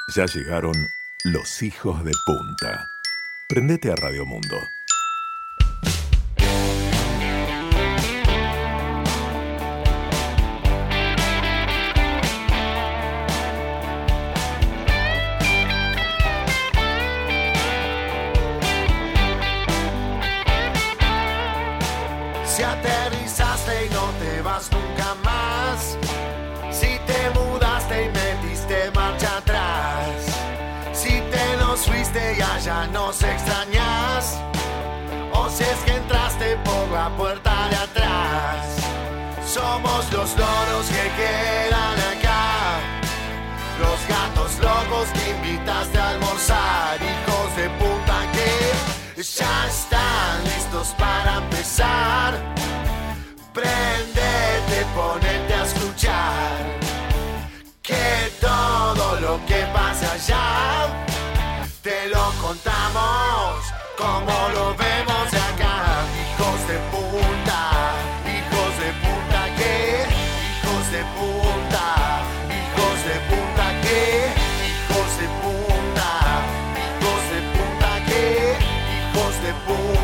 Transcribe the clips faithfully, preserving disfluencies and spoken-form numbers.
Ya llegaron los hijos de punta. Prendete a Radio Mundo. Si aterrizaste y no te vas nunca más, si te mudaste y metiste marcha atrás, si te nos fuiste y allá nos extrañas, o si es que entraste por la puerta de atrás. Somos los loros que quedan acá, los gatos locos que invitaste a almorzar, hijos de puta que ya están listos para empezar. Prendete, ponete a escuchar, que todo lo que pasa allá te lo contamos como lo vemos de acá. Hijos de puta, hijos de puta que, hijos de puta, hijos de puta que, hijos de puta, hijos de puta que, hijos de puta.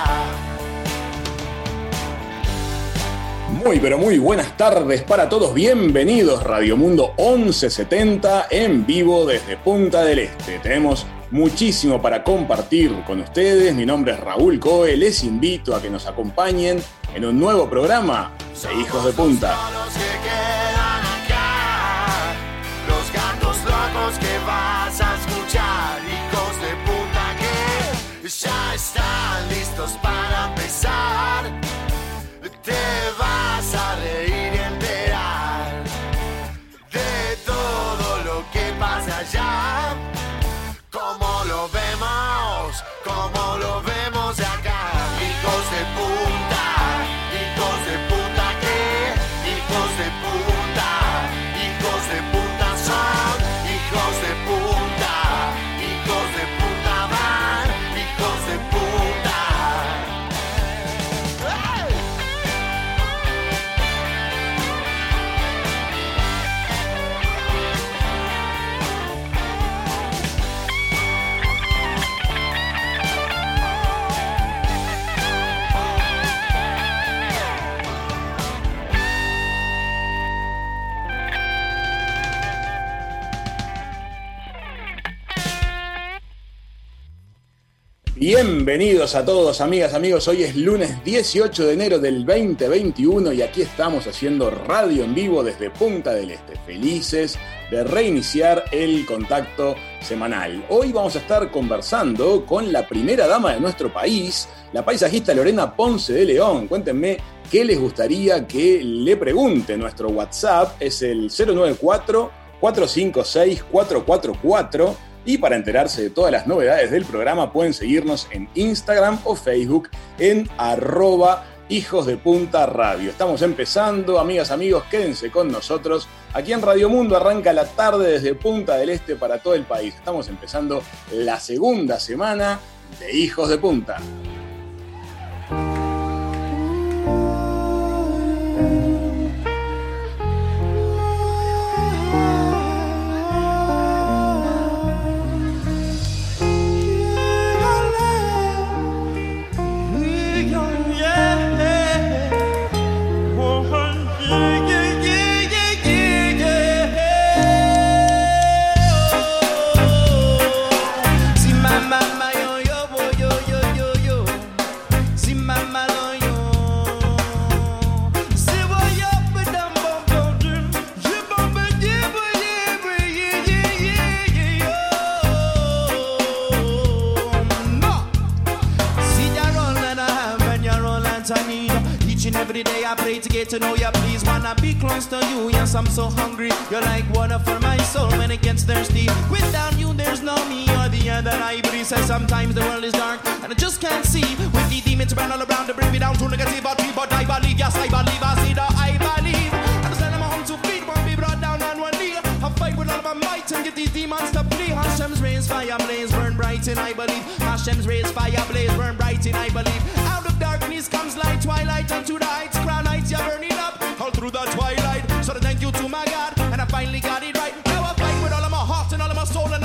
Muy pero muy buenas tardes para todos, bienvenidos Radio Mundo once setenta en vivo desde Punta del Este. Tenemos muchísimo para compartir con ustedes, mi nombre es Raúl Coe, les invito a que nos acompañen en un nuevo programa de Hijos de Punta. Los que quedan acá, los gatos locos que vas a escuchar, hijos de puta que ya están listos para empezar. Te vas a reír y enterar de todo lo que pasa allá, como lo vemos, como lo vemos de acá. Hijos de puta, hijos de puta que, hijos de puta, hijos de puta son, hijos de puta, hijos de puta van, hijos de puta. ¡Hey! Bienvenidos a todos, amigas, amigos. Hoy es lunes dieciocho de enero del veinte veintiuno y aquí estamos haciendo radio en vivo desde Punta del Este. Felices de reiniciar el contacto semanal. Hoy vamos a estar conversando con la primera dama de nuestro país, la paisajista Lorena Ponce de León. Cuéntenme qué les gustaría que le pregunte. Nuestro WhatsApp es el cero nueve cuatro, cuatro cinco seis, cuatro cuatro cuatro. Y para enterarse de todas las novedades del programa pueden seguirnos en Instagram o Facebook en arroba Hijos de Punta Radio. Estamos empezando, amigas, amigos, quédense con nosotros. Aquí en Radio Mundo arranca la tarde desde Punta del Este para todo el país. Estamos empezando la segunda semana de Hijos de Punta. To know you, please wanna be close to you. Yes, I'm so hungry. You're like water for my soul when it gets thirsty. Without you, there's no me. You're the air that I breathe. Says sometimes the world is dark and I just can't see. With the demons run all around to bring me down to negativity, but I believe, yes, I believe. I see that I believe. I'm standing my home to feet, won't be brought down on one knee. I fight with all of my might and get these demons to flee. Hashem's rays, fire blaze, burn bright in I believe. Hashem's rays, fire blaze, burn bright in I believe. Out of darkness comes light, twilight unto the heights. Crown heights, you're burning up all through the twilight. So thank you to my God, and I finally got it right. Now I fight with all of my heart and all of my soul, and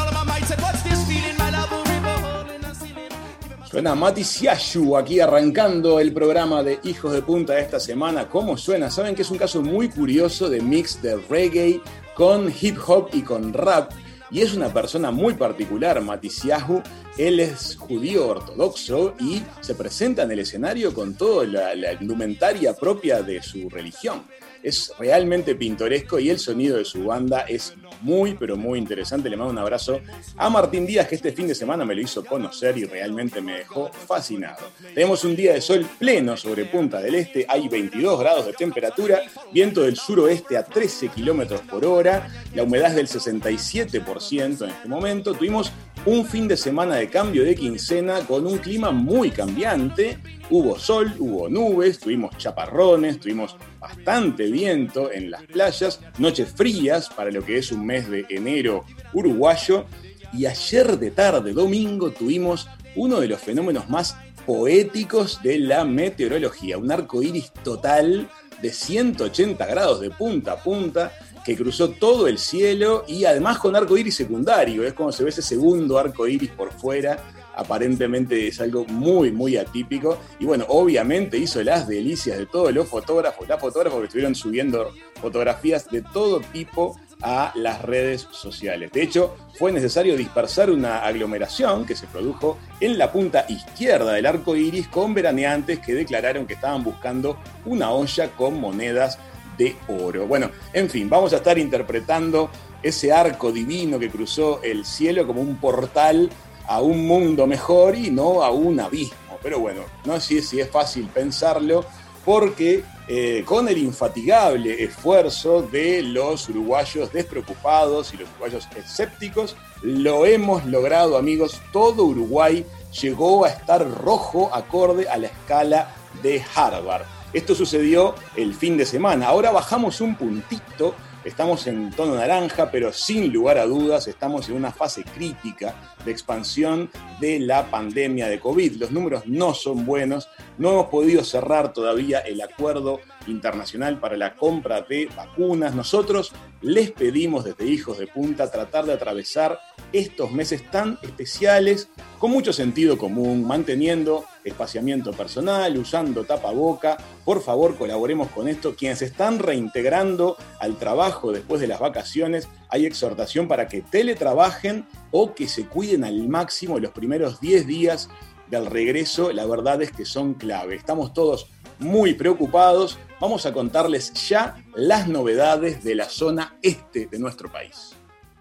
Suena Mati Siayu aquí arrancando el programa de Hijos de Punta de esta semana. ¿Cómo suena? Saben que es un caso muy curioso de mix de reggae con hip hop y con rap. Y es una persona muy particular, Mati Siayu. Él es judío ortodoxo y se presenta en el escenario con toda la, la indumentaria propia de su religión. Es realmente pintoresco y el sonido de su banda es muy, pero muy interesante. Le mando un abrazo a Martín Díaz, que este fin de semana me lo hizo conocer y realmente me dejó fascinado. Tenemos un día de sol pleno sobre Punta del Este, hay veintidós grados de temperatura, viento del suroeste a trece kilómetros por hora, la humedad es del sesenta y siete por ciento en este momento. Tuvimos un fin de semana de cambio de quincena con un clima muy cambiante. Hubo sol, hubo nubes, tuvimos chaparrones, tuvimos bastante viento en las playas, noches frías para lo que es un mes de enero uruguayo. Y ayer de tarde, domingo, tuvimos uno de los fenómenos más poéticos de la meteorología, un arco iris total de ciento ochenta grados de punta a punta, que cruzó todo el cielo y además con arco iris secundario. Es como se ve ese segundo arco iris por fuera. Aparentemente es algo muy, muy atípico. Y bueno, obviamente hizo las delicias de todos los fotógrafos, las fotógrafos que estuvieron subiendo fotografías de todo tipo a las redes sociales. De hecho, fue necesario dispersar una aglomeración que se produjo en la punta izquierda del arco iris con veraneantes que declararon que estaban buscando una olla con monedas de oro. Bueno, en fin, vamos a estar interpretando ese arco divino que cruzó el cielo como un portal a un mundo mejor y no a un abismo. Pero bueno, no sé si es fácil pensarlo, porque eh, con el infatigable esfuerzo de los uruguayos despreocupados y los uruguayos escépticos, lo hemos logrado, amigos. Todo Uruguay llegó a estar rojo acorde a la escala de Harvard. Esto sucedió el fin de semana. Ahora bajamos un puntito. Estamos en tono naranja, pero sin lugar a dudas estamos en una fase crítica de expansión de la pandemia de COVID. Los números no son buenos, no hemos podido cerrar todavía el acuerdo internacional para la compra de vacunas. Nosotros les pedimos desde Hijos de Punta tratar de atravesar estos meses tan especiales con mucho sentido común, manteniendo espaciamiento personal, usando tapaboca. Por favor, colaboremos con esto. Quienes están reintegrando al trabajo después de las vacaciones, hay exhortación para que teletrabajen o que se cuiden al máximo los primeros diez días del regreso. La verdad es que son clave. Estamos todos muy preocupados. Vamos a contarles ya las novedades de la zona este de nuestro país.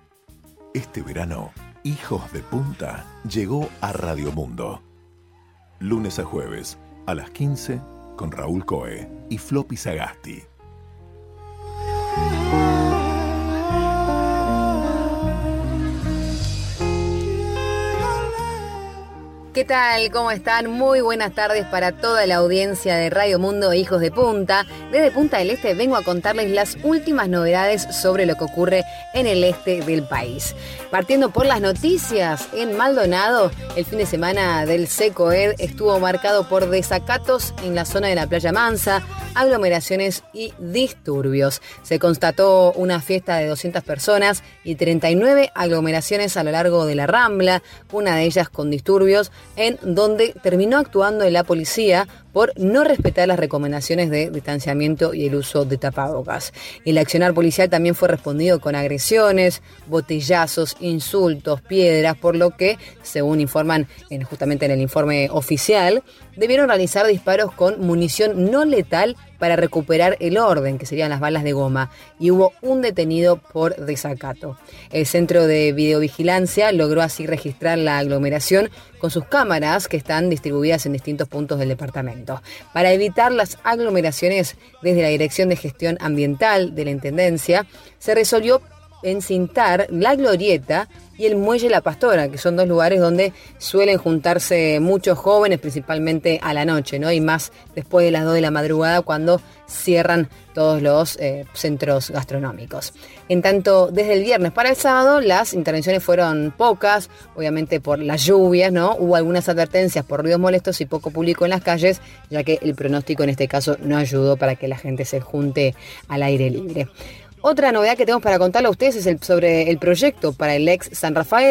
Este verano, Hijos de Punta llegó a Radio Mundo. Lunes a jueves, a las quince, con Raúl Coe y Floppy Sagasti. ¿Qué tal? ¿Cómo están? Muy buenas tardes para toda la audiencia de Radio Mundo e Hijos de Punta. Desde Punta del Este vengo a contarles las últimas novedades sobre lo que ocurre en el este del país. Partiendo por las noticias, en Maldonado, el fin de semana del SECOED estuvo marcado por desacatos en la zona de la Playa Mansa, aglomeraciones y disturbios. Se constató una fiesta de doscientas personas y treinta y nueve aglomeraciones a lo largo de la Rambla, una de ellas con disturbios, en donde terminó actuando la policía por no respetar las recomendaciones de distanciamiento y el uso de tapabocas. El accionar policial también fue respondido con agresiones, botellazos, insultos, piedras, por lo que, según informan en, justamente en el informe oficial, debieron realizar disparos con munición no letal para recuperar el orden, que serían las balas de goma, y hubo un detenido por desacato. El Centro de Videovigilancia logró así registrar la aglomeración con sus cámaras que están distribuidas en distintos puntos del departamento. Para evitar las aglomeraciones, desde la Dirección de Gestión Ambiental de la Intendencia, se resolvió encintar la Glorieta y el Muelle La Pastora, que son dos lugares donde suelen juntarse muchos jóvenes, principalmente a la noche, ¿no? Y más después de las dos de la madrugada, cuando cierran todos los eh, centros gastronómicos. En tanto, desde el viernes para el sábado, las intervenciones fueron pocas, obviamente por las lluvias, ¿no? Hubo algunas advertencias por ruidos molestos y poco público en las calles, ya que el pronóstico en este caso no ayudó para que la gente se junte al aire libre. Otra novedad que tenemos para contarle a ustedes es el, sobre el proyecto para el ex San Rafael,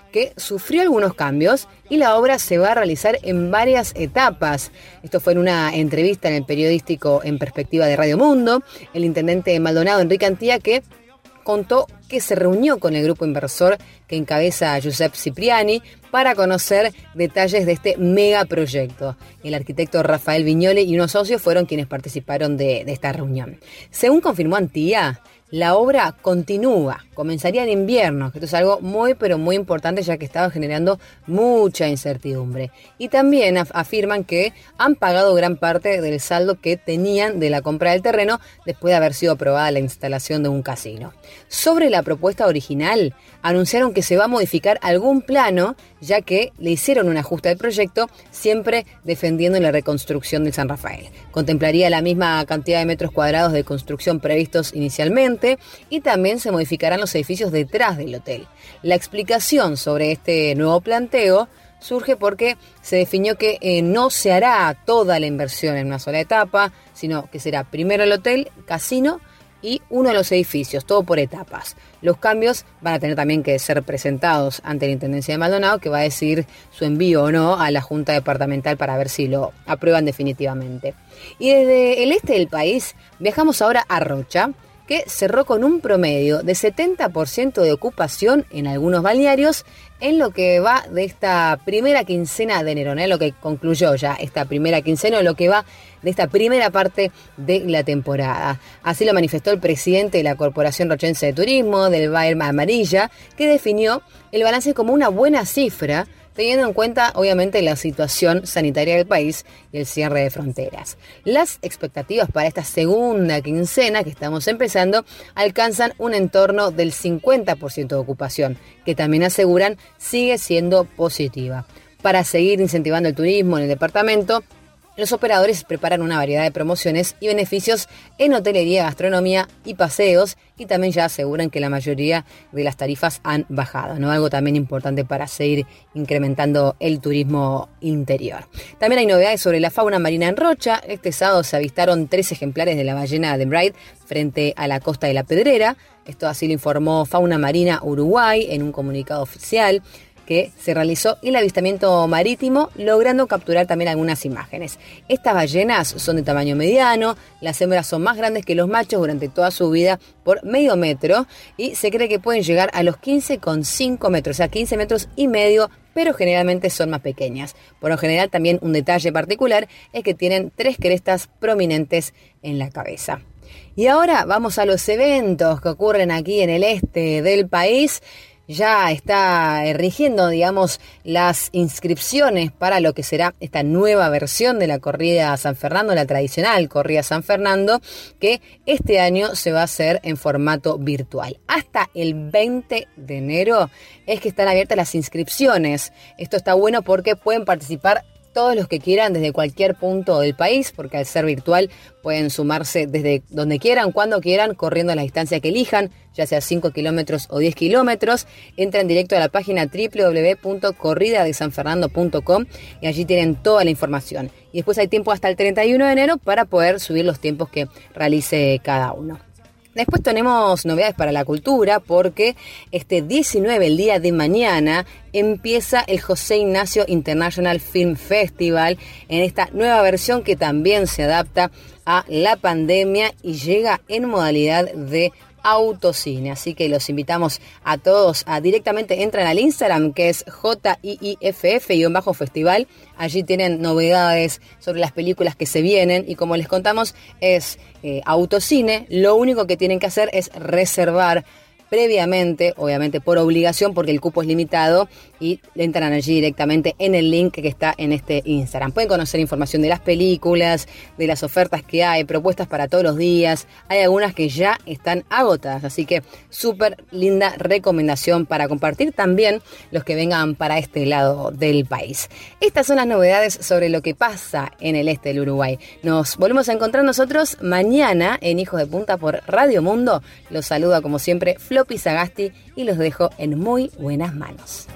que sufrió algunos cambios y la obra se va a realizar en varias etapas. Esto fue en una entrevista en el periodístico En Perspectiva de Radio Mundo. El intendente de Maldonado, Enrique Antía, que contó que se reunió con el grupo inversor que encabeza Giuseppe Cipriani para conocer detalles de este megaproyecto. El arquitecto Rafael Viñole y unos socios fueron quienes participaron de, de esta reunión. Según confirmó Antía, la obra continúa, comenzaría en invierno, esto es algo muy pero muy importante ya que estaba generando mucha incertidumbre. Y también af- afirman que han pagado gran parte del saldo que tenían de la compra del terreno después de haber sido aprobada la instalación de un casino. Sobre la propuesta original, anunciaron que se va a modificar algún plano, ya que le hicieron un ajuste al proyecto, siempre defendiendo la reconstrucción del San Rafael. Contemplaría la misma cantidad de metros cuadrados de construcción previstos inicialmente y también se modificarán los edificios detrás del hotel. La explicación sobre este nuevo planteo surge porque se definió que eh, no se hará toda la inversión en una sola etapa, sino que será primero el hotel, casino y uno de los edificios, todo por etapas. Los cambios van a tener también que ser presentados ante la Intendencia de Maldonado, que va a decidir su envío o no a la Junta Departamental para ver si lo aprueban definitivamente. Y desde el este del país viajamos ahora a Rocha, que cerró con un promedio de setenta por ciento de ocupación en algunos balnearios en lo que va de esta primera quincena de enero, ¿no? En lo que concluyó ya esta primera quincena, lo que va de esta primera parte de la temporada. Así lo manifestó el presidente de la Corporación Rochense de Turismo, del Bayer Amarilla, que definió el balance como una buena cifra, teniendo en cuenta, obviamente, la situación sanitaria del país y el cierre de fronteras. Las expectativas para esta segunda quincena que estamos empezando alcanzan un entorno del cincuenta por ciento de ocupación, que también aseguran sigue siendo positiva. Para seguir incentivando el turismo en el departamento, los operadores preparan una variedad de promociones y beneficios en hotelería, gastronomía y paseos, y también ya aseguran que la mayoría de las tarifas han bajado, ¿no? Algo también importante para seguir incrementando el turismo interior. También hay novedades sobre la fauna marina en Rocha. Este sábado se avistaron tres ejemplares de la ballena de Bright frente a la costa de La Pedrera. Esto así lo informó Fauna Marina Uruguay en un comunicado oficial que se realizó el avistamiento marítimo, logrando capturar también algunas imágenes. Estas ballenas son de tamaño mediano, las hembras son más grandes que los machos durante toda su vida por medio metro y se cree que pueden llegar a los quince coma cinco metros, o sea, quince metros y medio, pero generalmente son más pequeñas. Por lo general, también un detalle particular es que tienen tres crestas prominentes en la cabeza. Y ahora vamos a los eventos que ocurren aquí en el este del país. Ya está rigiendo, digamos, las inscripciones para lo que será esta nueva versión de la corrida San Fernando, la tradicional corrida San Fernando, que este año se va a hacer en formato virtual. Hasta el veinte de enero es que están abiertas las inscripciones. Esto está bueno porque pueden participar todos los que quieran desde cualquier punto del país, porque al ser virtual pueden sumarse desde donde quieran, cuando quieran, corriendo a la distancia que elijan, ya sea cinco kilómetros o diez kilómetros. Entran directo a la página doble u doble u doble u punto corrida de san fernando punto com y allí tienen toda la información. Y después hay tiempo hasta el treinta y uno de enero para poder subir los tiempos que realice cada uno. Después tenemos novedades para la cultura porque este diecinueve, el día de mañana, empieza el José Ignacio International Film Festival en esta nueva versión que también se adapta a la pandemia y llega en modalidad de autocine. Así que los invitamos a todos a directamente entran al Instagram, que es J I I F F-festival. Allí tienen novedades sobre las películas que se vienen y como les contamos es eh, autocine. Lo único que tienen que hacer es reservar previamente, obviamente por obligación porque el cupo es limitado, y entran allí directamente en el link que está en este Instagram. Pueden conocer información de las películas, de las ofertas que hay, propuestas para todos los días. Hay algunas que ya están agotadas, así que súper linda recomendación para compartir también los que vengan para este lado del país. Estas son las novedades sobre lo que pasa en el este del Uruguay. Nos volvemos a encontrar nosotros mañana en Hijos de Punta por Radio Mundo. Los saluda como siempre Floppy Sagasti y los dejo en muy buenas manos.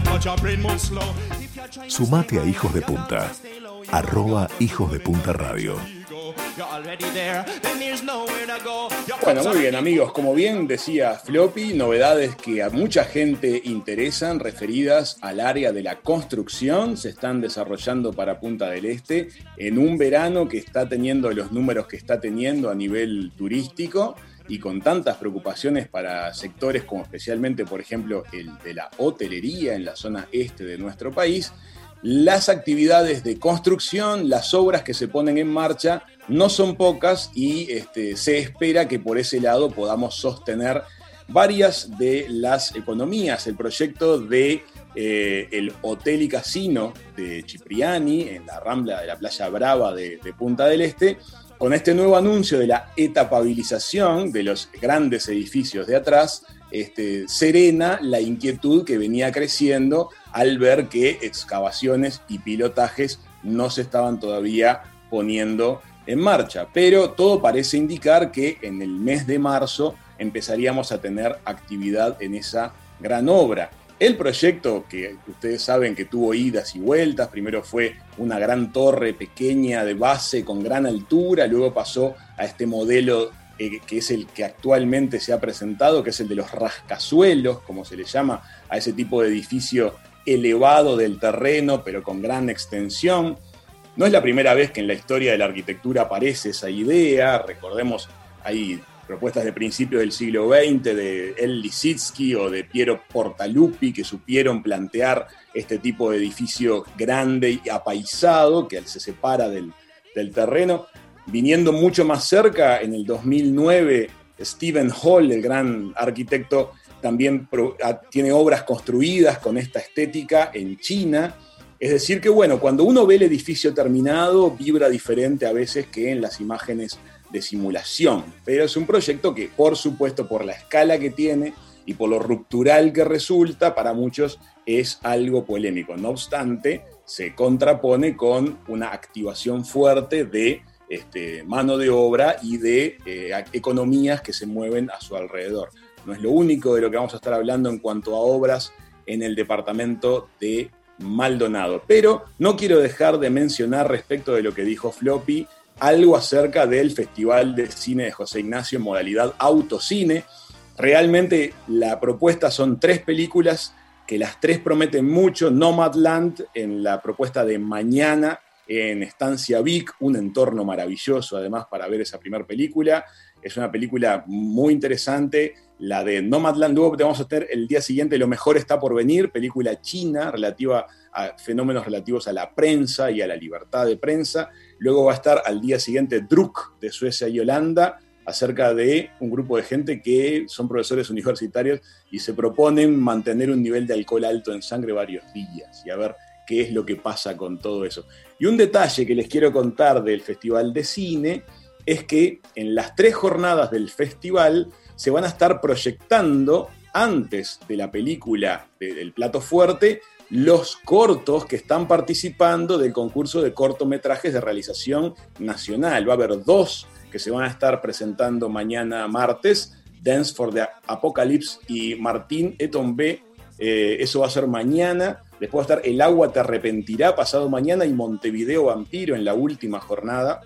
Sumate a Hijos de Punta, arroba Hijos de Punta Radio. Bueno, muy bien amigos, como bien decía Floppy, novedades que a mucha gente interesan referidas al área de la construcción se están desarrollando para Punta del Este en un verano que está teniendo los números que está teniendo a nivel turístico y con tantas preocupaciones para sectores como especialmente, por ejemplo, el de la hotelería en la zona este de nuestro país. Las actividades de construcción, las obras que se ponen en marcha no son pocas y este, se espera que por ese lado podamos sostener varias de las economías. El proyecto de eh, el Hotel y Casino de Cipriani en la Rambla de la Playa Brava de, de Punta del Este, con este nuevo anuncio de la etapabilización de los grandes edificios de atrás, este, serena la inquietud que venía creciendo al ver que excavaciones y pilotajes no se estaban todavía poniendo en marcha. Pero todo parece indicar que en el mes de marzo empezaríamos a tener actividad en esa gran obra. El proyecto, que ustedes saben que tuvo idas y vueltas, primero fue una gran torre pequeña de base con gran altura, luego pasó a este modelo eh, que es el que actualmente se ha presentado, que es el de los rascasuelos, como se le llama a ese tipo de edificio elevado del terreno, pero con gran extensión. No es la primera vez que en la historia de la arquitectura aparece esa idea. Recordemos, hay propuestas de principios del siglo veinte de El Lissitzky o de Piero Portaluppi que supieron plantear este tipo de edificio grande y apaisado que se separa del, del terreno. Viniendo mucho más cerca, en el dos mil nueve, Stephen Hall, el gran arquitecto, también pro, a, tiene obras construidas con esta estética en China. Es decir que, bueno, cuando uno ve el edificio terminado, vibra diferente a veces que en las imágenes de simulación. Pero es un proyecto que, por supuesto, por la escala que tiene y por lo ruptural que resulta, para muchos es algo polémico. No obstante, se contrapone con una activación fuerte de este, mano de obra y de eh, economías que se mueven a su alrededor. No es lo único de lo que vamos a estar hablando en cuanto a obras en el departamento de Maldonado. Pero no quiero dejar de mencionar respecto de lo que dijo Floppy, algo acerca del Festival de Cine de José Ignacio en modalidad autocine. Realmente la propuesta son tres películas que las tres prometen mucho. Nomadland en la propuesta de mañana en Estancia Vic, un entorno maravilloso además para ver esa primera película. Es una película muy interesante. La de Nomadland, luego te vamos a tener el día siguiente Lo Mejor Está Por Venir, película china relativa a fenómenos relativos a la prensa y a la libertad de prensa. Luego va a estar al día siguiente Druk, de Suecia y Holanda, acerca de un grupo de gente que son profesores universitarios y se proponen mantener un nivel de alcohol alto en sangre varios días y a ver qué es lo que pasa con todo eso. Y un detalle que les quiero contar del Festival de Cine es que en las tres jornadas del festival se van a estar proyectando, antes de la película de, del plato fuerte, los cortos que están participando del concurso de cortometrajes de realización nacional. Va a haber dos que se van a estar presentando mañana martes, Dance for the Apocalypse y Martín Etombe, eh, eso va a ser mañana. Después va a estar El Agua Te Arrepentirá pasado mañana y Montevideo Vampiro en la última jornada.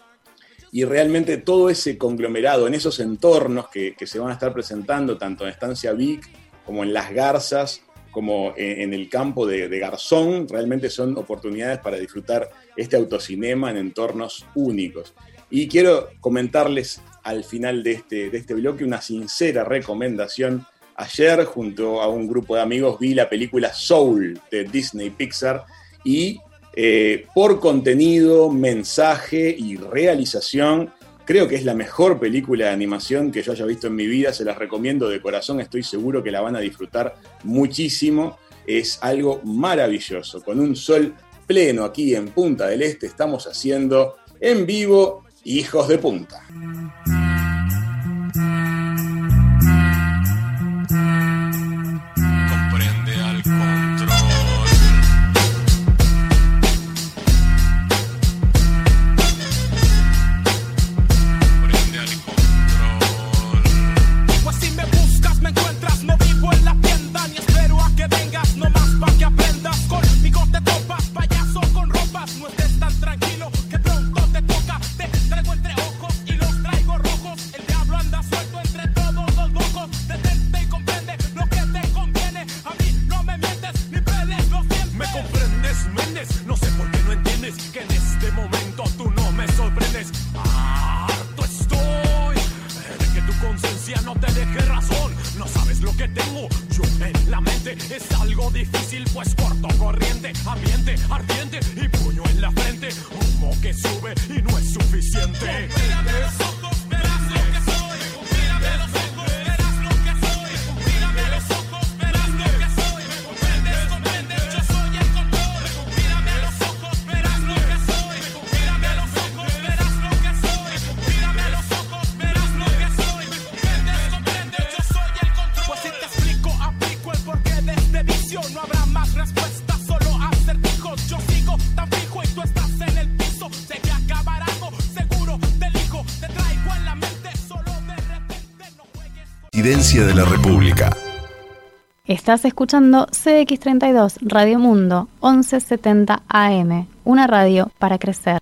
Y realmente todo ese conglomerado, en esos entornos que, que se van a estar presentando, tanto en Estancia Vic como en Las Garzas, como en, en el campo de, de Garzón, realmente son oportunidades para disfrutar este autocinema en entornos únicos. Y quiero comentarles al final de este, de este bloque una sincera recomendación. Ayer, junto a un grupo de amigos, vi la película Soul de Disney Pixar y Eh, por contenido, mensaje y realización, creo que es la mejor película de animación que yo haya visto en mi vida. Se las recomiendo de corazón, estoy seguro que la van a disfrutar muchísimo. Es algo maravilloso. Con un sol pleno aquí en Punta del Este estamos haciendo en vivo Hijos de Punta. Tranquilo, que pronto te toca, te que tengo yo en la mente es algo difícil, pues corto corriente, ambiente ardiente y puño en la frente, humo que sube y no es suficiente. Mírame los ojos, verás lo que soy. Mírame los ojos, verás lo que soy. Mírame los ojos, verás lo que soy. Comprendes, comprendes, yo soy el control. Mírame los ojos, verás lo que soy. Mírame los ojos, verás lo que soy. Mírame los ojos, verás lo que soy. Comprendes, comprendes, yo soy el control. Pues si te explico, aplico el porqué de este vicio. No habrá más respuestas, solo acertijos. Yo sigo tan fijo y tú estás en el piso. Sé que acabará algo, seguro te elijo. Te traigo en la mente, solo de repente no juegues. Presidencia de la República. Estás escuchando C X treinta y dos Radio Mundo once setenta A M, una radio para crecer.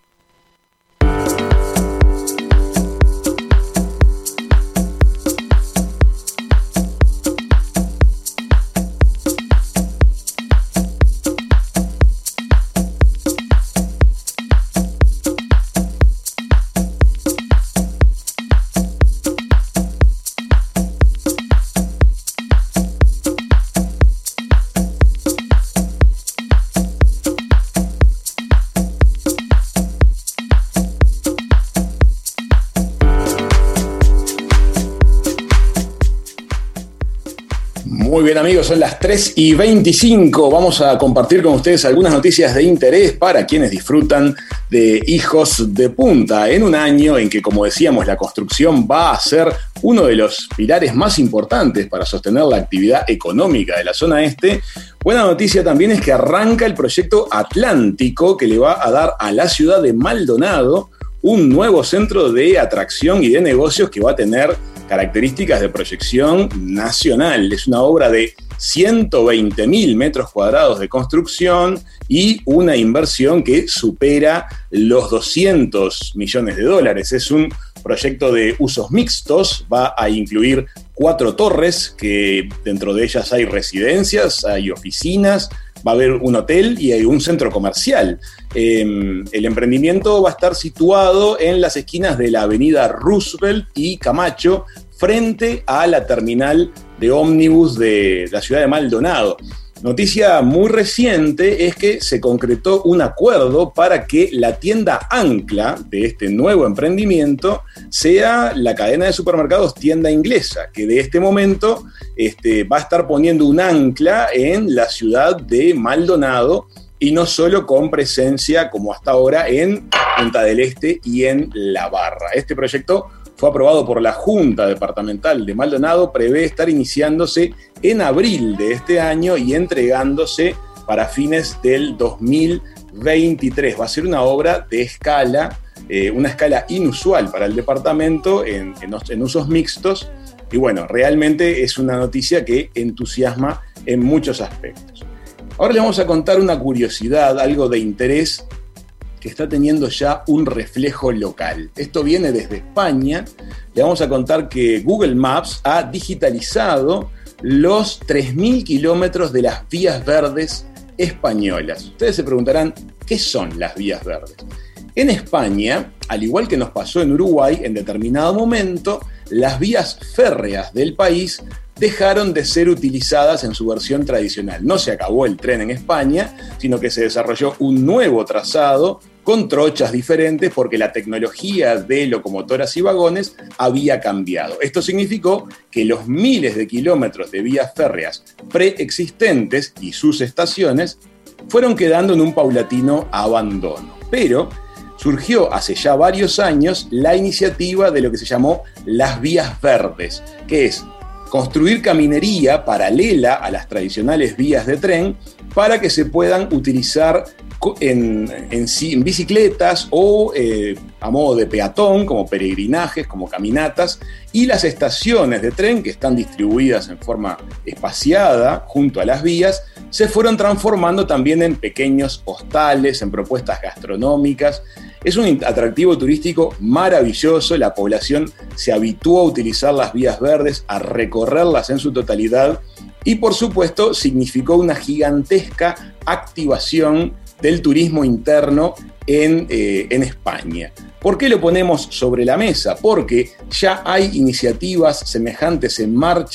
Muy bien, amigos, son las tres y veinticinco. Vamos a compartir con ustedes algunas noticias de interés para quienes disfrutan de Hijos de Punta, en un año en que, como decíamos, la construcción va a ser uno de los pilares más importantes para sostener la actividad económica de la zona este. Buena noticia también es que arranca el proyecto Atlántico, que le va a dar a la ciudad de Maldonado un nuevo centro de atracción y de negocios que va a tener características de proyección nacional. Es una obra de ciento veinte mil metros cuadrados de construcción y una inversión que supera los doscientos millones de dólares. Es un proyecto de usos mixtos, va a incluir cuatro torres, que dentro de ellas hay residencias, hay oficinas, va a haber un hotel y hay un centro comercial. Eh, el emprendimiento va a estar situado en las esquinas de la avenida Roosevelt y Camacho, frente a la terminal de ómnibus de la ciudad de Maldonado. Noticia muy reciente es que se concretó un acuerdo para que la tienda ancla de este nuevo emprendimiento sea la cadena de supermercados Tienda Inglesa, que de este momento este, va a estar poniendo un ancla en la ciudad de Maldonado y no solo con presencia como hasta ahora en Punta del Este y en La Barra. Este proyecto fue aprobado por la Junta Departamental de Maldonado, prevé estar iniciándose en abril de este año y entregándose para fines del dos mil veintitrés. Va a ser una obra de escala, eh, una escala inusual para el departamento en, en, en usos mixtos, y bueno, realmente es una noticia que entusiasma en muchos aspectos. Ahora les vamos a contar una curiosidad, algo de interés que está teniendo ya un reflejo local. Esto viene desde España. Le vamos a contar que Google Maps ha digitalizado los tres mil kilómetros de las vías verdes españolas. Ustedes se preguntarán, ¿qué son las vías verdes? En España, al igual que nos pasó en Uruguay, en determinado momento, las vías férreas del país dejaron de ser utilizadas en su versión tradicional. No se acabó el tren en España, sino que se desarrolló un nuevo trazado con trochas diferentes porque la tecnología de locomotoras y vagones había cambiado. Esto significó que los miles de kilómetros de vías férreas preexistentes y sus estaciones fueron quedando en un paulatino abandono. Pero surgió hace ya varios años la iniciativa de lo que se llamó las vías verdes, que es construir caminería paralela a las tradicionales vías de tren para que se puedan utilizar en, en, en bicicletas o eh, a modo de peatón, como peregrinajes, como caminatas, y las estaciones de tren, que están distribuidas en forma espaciada junto a las vías, se fueron transformando también en pequeños hostales, en propuestas gastronómicas. Es un atractivo turístico maravilloso, la población se habituó a utilizar las vías verdes, a recorrerlas en su totalidad, y por supuesto significó una gigantesca activación del turismo interno en, eh, en España. ¿Por qué lo ponemos sobre la mesa? Porque ya hay iniciativas semejantes en marcha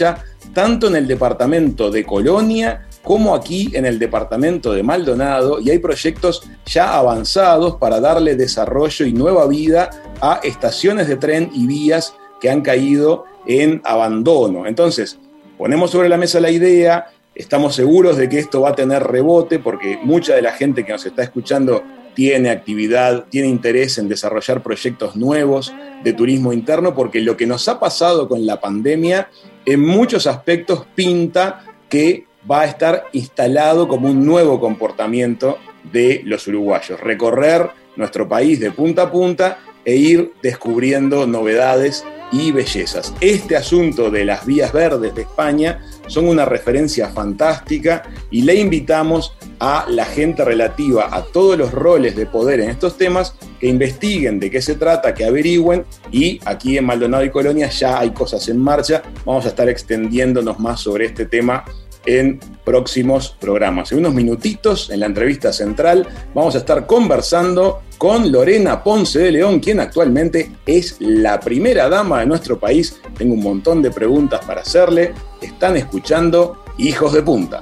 tanto en el departamento de Colonia como aquí en el departamento de Maldonado, y hay proyectos ya avanzados para darle desarrollo y nueva vida a estaciones de tren y vías que han caído en abandono. Entonces, ponemos sobre la mesa la idea, estamos seguros de que esto va a tener rebote porque mucha de la gente que nos está escuchando tiene actividad, tiene interés en desarrollar proyectos nuevos de turismo interno, porque lo que nos ha pasado con la pandemia en muchos aspectos pinta que va a estar instalado como un nuevo comportamiento de los uruguayos, recorrer nuestro país de punta a punta e ir descubriendo novedades y bellezas. Este asunto de las vías verdes de España son una referencia fantástica y le invitamos a la gente relativa a todos los roles de poder en estos temas que investiguen de qué se trata, que averigüen, y aquí en Maldonado y Colonia ya hay cosas en marcha. Vamos a estar extendiéndonos más sobre este tema en próximos programas. En unos minutitos, en la entrevista central, vamos a estar conversando con Lorena Ponce de León, quien actualmente es la primera dama de nuestro país. Tengo un montón de preguntas para hacerle. Están escuchando Hijos de Punta.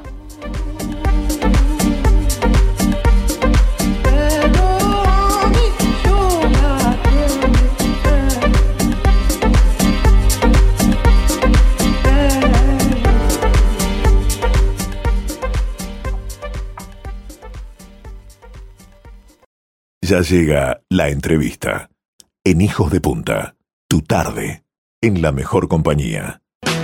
Ya llega la entrevista en Hijos de Punta, tu tarde, en la mejor compañía.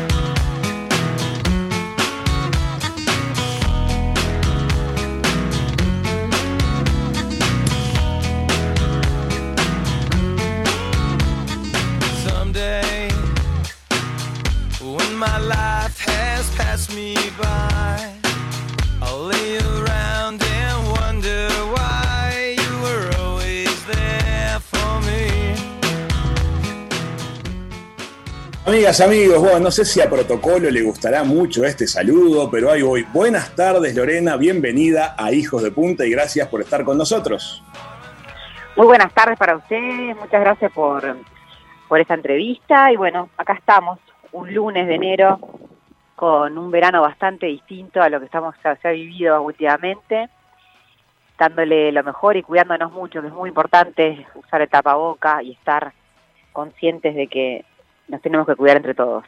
Someday, when my life has passed me by, I'll lay around and wonder why. Amigas, amigos, bueno, no sé si a protocolo le gustará mucho este saludo, pero ahí voy. Buenas tardes, Lorena, bienvenida a Hijos de Punta y gracias por estar con nosotros. Muy buenas tardes para ustedes, muchas gracias por, por esta entrevista y bueno, acá estamos, un lunes de enero con un verano bastante distinto a lo que estamos se ha vivido últimamente, dándole lo mejor y cuidándonos mucho, que es muy importante usar el tapaboca y estar conscientes de que nos tenemos que cuidar entre todos.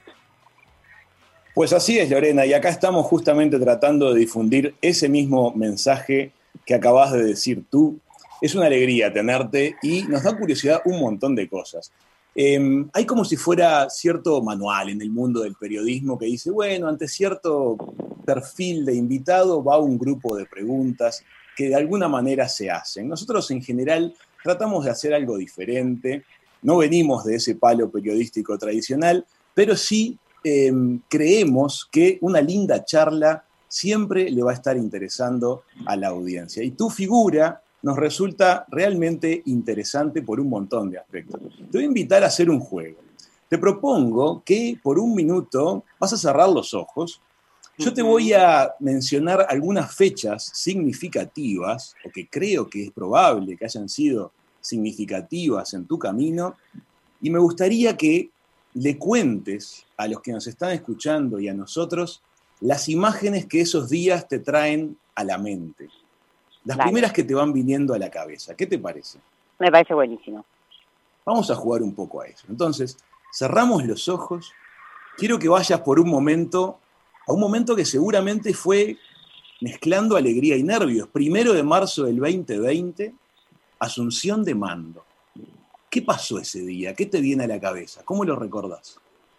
Pues así es, Lorena, y acá estamos justamente tratando de difundir ese mismo mensaje que acabas de decir tú. Es una alegría tenerte y nos da curiosidad un montón de cosas. Eh, hay como si fuera cierto manual en el mundo del periodismo que dice, bueno, ante cierto perfil de invitado va un grupo de preguntas que de alguna manera se hacen. Nosotros en general tratamos de hacer algo diferente. No venimos de ese palo periodístico tradicional, pero sí eh, creemos que una linda charla siempre le va a estar interesando a la audiencia. Y tu figura nos resulta realmente interesante por un montón de aspectos. Te voy a invitar a hacer un juego. Te propongo que por un minuto vas a cerrar los ojos. Yo te voy a mencionar algunas fechas significativas, o que creo que es probable que hayan sido significativas en tu camino, y me gustaría que le cuentes a los que nos están escuchando y a nosotros las imágenes que esos días te traen a la mente, las Dale. primeras que te van viniendo a la cabeza. ¿Qué te parece? Me parece buenísimo. Vamos a jugar un poco a eso. Entonces, cerramos los ojos. Quiero que vayas por un momento, a un momento que seguramente fue mezclando alegría y nervios. Primero de marzo del veinte veinte, Asunción de Mando. ¿Qué pasó ese día? ¿Qué te viene a la cabeza? ¿Cómo lo recordás?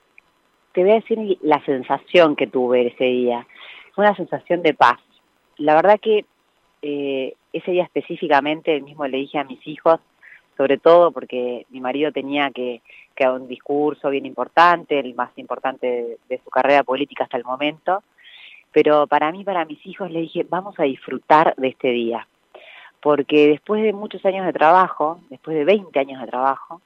Te voy a decir la sensación que tuve ese día. Fue una sensación de paz. La verdad que eh, ese día específicamente, mismo le dije a mis hijos, sobre todo porque mi marido tenía que, que dar un discurso bien importante, el más importante de, de su carrera política hasta el momento, pero para mí, para mis hijos, le dije, vamos a disfrutar de este día. Porque después de muchos años de trabajo, después de veinte años de trabajo,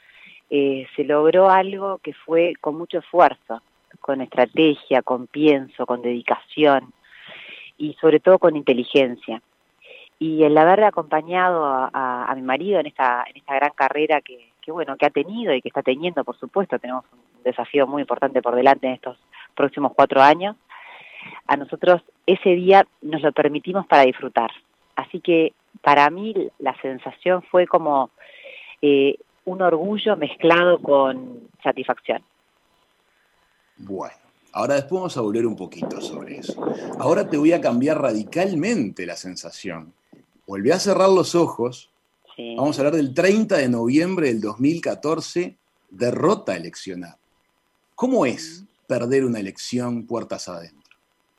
eh, se logró algo que fue con mucho esfuerzo, con estrategia, con pienso, con dedicación y sobre todo con inteligencia. Y el haber acompañado a, a, a mi marido en esta, en esta gran carrera que, que, bueno, que ha tenido y que está teniendo, por supuesto, tenemos un desafío muy importante por delante en estos próximos cuatro años, a nosotros ese día nos lo permitimos para disfrutar. Así que para mí la sensación fue como eh, un orgullo mezclado con satisfacción. Bueno, ahora después vamos a volver un poquito sobre eso. Ahora te voy a cambiar radicalmente la sensación. Volví a cerrar los ojos. Sí. Vamos a hablar del treinta de noviembre del dos mil catorce, derrota eleccional. ¿Cómo es perder una elección puertas adentro?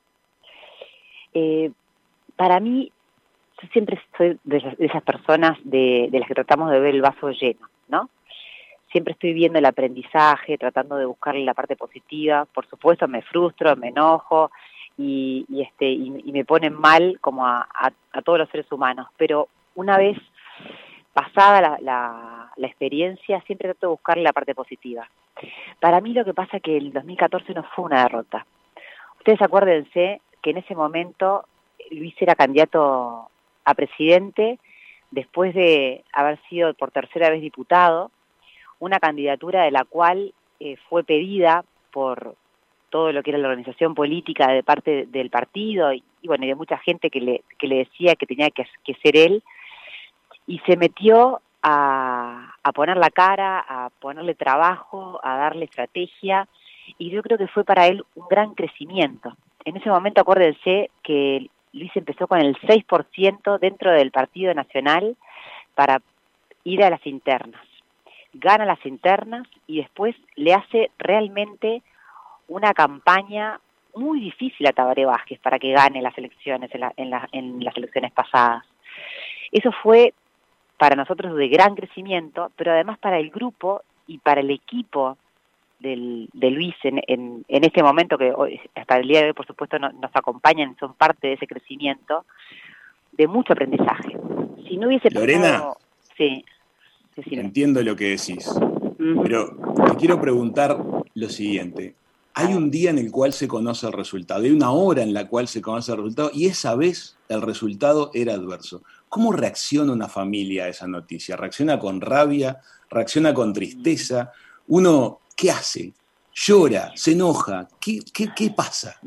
Eh, para mí, yo siempre soy de esas, de esas personas de, de las que tratamos de ver el vaso lleno, ¿no? Siempre estoy viendo el aprendizaje, tratando de buscarle la parte positiva. Por supuesto, me frustro, me enojo y, y, este, y, y me ponen mal como a, a, a todos los seres humanos. Pero una vez pasada la, la, la experiencia, siempre trato de buscarle la parte positiva. Para mí lo que pasa es que el dos mil catorce no fue una derrota. Ustedes acuérdense que en ese momento Luis era candidato a presidente después de haber sido por tercera vez diputado, una candidatura de la cual eh, fue pedida por todo lo que era la organización política de parte del partido y, y bueno, y de mucha gente que le, que le decía que tenía que, que ser él, y se metió a, a poner la cara, a ponerle trabajo, a darle estrategia, y yo creo que fue para él un gran crecimiento. En ese momento, acuérdense que Luis empezó con el seis por ciento dentro del Partido Nacional para ir a las internas. Gana las internas y después le hace realmente una campaña muy difícil a Tabaré Vázquez para que gane las elecciones en, la, en, la, en las elecciones pasadas. Eso fue para nosotros de gran crecimiento, pero además para el grupo y para el equipo del, de Luis en, en, en este momento, que hoy, hasta el día de hoy, por supuesto, no, nos acompañan, son parte de ese crecimiento, de mucho aprendizaje. Si no hubiese Lorena, pasado... Sí, sí, sí, entiendo lo que decís, uh-huh. pero te quiero preguntar lo siguiente. Hay un día en el cual se conoce el resultado, hay una hora en la cual se conoce el resultado, y esa vez el resultado era adverso. ¿Cómo reacciona una familia a esa noticia? ¿Reacciona con rabia? ¿Reacciona con tristeza? Uno, ¿qué hace? ¿Llora? ¿Se enoja? ¿Qué, qué, qué pasa?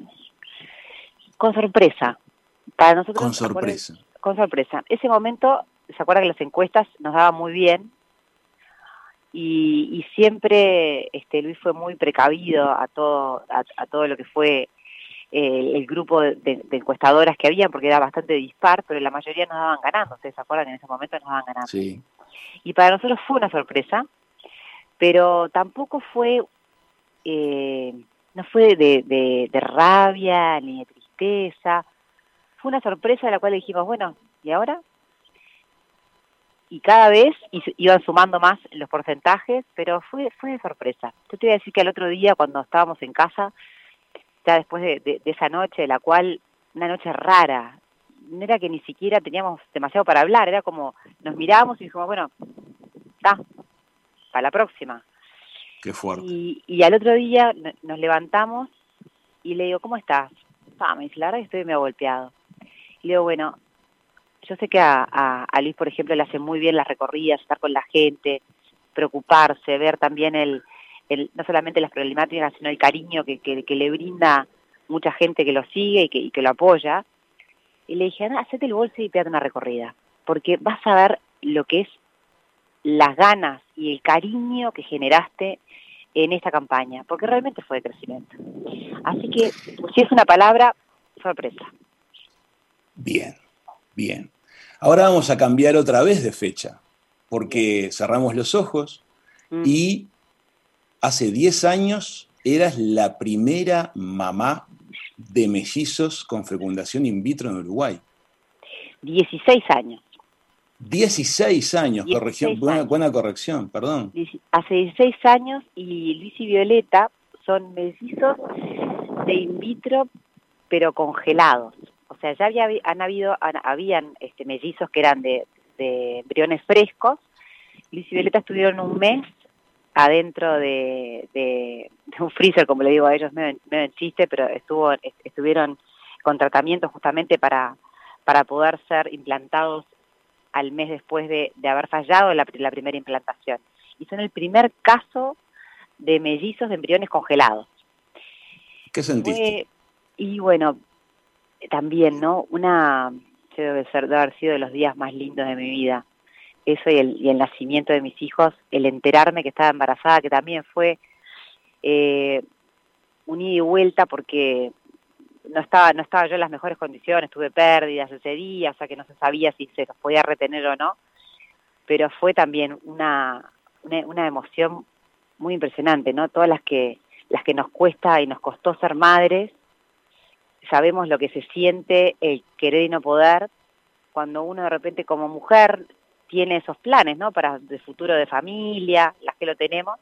Con sorpresa. Para nosotros, con sorpresa. Con sorpresa. Ese momento, ¿se acuerda que las encuestas nos daban muy bien? Y, y siempre este, Luis fue muy precavido a todo, a, a todo lo que fue eh, el grupo de, de, de encuestadoras que había, porque era bastante dispar, pero la mayoría nos daban ganando. ¿Ustedes se acuerdan que en ese momento nos daban ganando? Sí. Y para nosotros fue una sorpresa, pero tampoco fue, eh, no fue de, de, de rabia ni de tristeza. Fue una sorpresa de la cual dijimos, bueno, ¿y ahora? Y cada vez iban sumando más los porcentajes, pero fue fue de sorpresa. Yo te voy a decir que al otro día, cuando estábamos en casa, ya después de, de, de esa noche, la cual, una noche rara, no era que ni siquiera teníamos demasiado para hablar, era como, nos miramos y dijimos, bueno, está, para la próxima. Qué fuerte. Y, y al otro día nos levantamos y le digo, ¿cómo estás? Ah, me dice, la verdad que estoy medio golpeado. Y le digo, bueno, yo sé que a, a, a Luis, por ejemplo, le hace muy bien las recorridas, estar con la gente, preocuparse, ver también el, el no solamente las problemáticas, sino el cariño que, que, que le brinda mucha gente que lo sigue y que, y que lo apoya. Y le dije, anda, hacete el bolso y pégate una recorrida, porque vas a ver lo que es las ganas y el cariño que generaste en esta campaña, porque realmente fue de crecimiento. Así que, si es una palabra, sorpresa. Bien, bien. Ahora vamos a cambiar otra vez de fecha, porque cerramos los ojos mm. y hace diez años eras la primera mamá de mellizos con fecundación in vitro en Uruguay. dieciséis años. dieciséis años, dieciséis corrección, años. Buena, buena corrección, perdón. Hace dieciséis años y Luis y Violeta son mellizos de in vitro, pero congelados. O sea, ya había, han habido, han, habían este, mellizos que eran de, de embriones frescos. Luis y Violeta estuvieron un mes adentro de, de, de un freezer, como le digo a ellos, medio, medio en chiste, pero estuvo, estuvieron con tratamiento justamente para, para poder ser implantados al mes después de, de haber fallado la, la primera implantación. Y son el primer caso de mellizos de embriones congelados. ¿Qué sentiste? Fue, y bueno, también, ¿no? Una, debe ser, debe haber sido de los días más lindos de mi vida. Eso y el, y el nacimiento de mis hijos, el enterarme que estaba embarazada, que también fue eh, un ida y vuelta porque no estaba, no estaba yo en las mejores condiciones, tuve pérdidas ese día, o sea que no se sabía si se los podía retener o no, pero fue también una, una, una emoción muy impresionante, ¿no? Todas las que, las que nos cuesta y nos costó ser madres, sabemos lo que se siente el querer y no poder, cuando uno de repente como mujer tiene esos planes, ¿no? Para el futuro de familia, las que lo tenemos,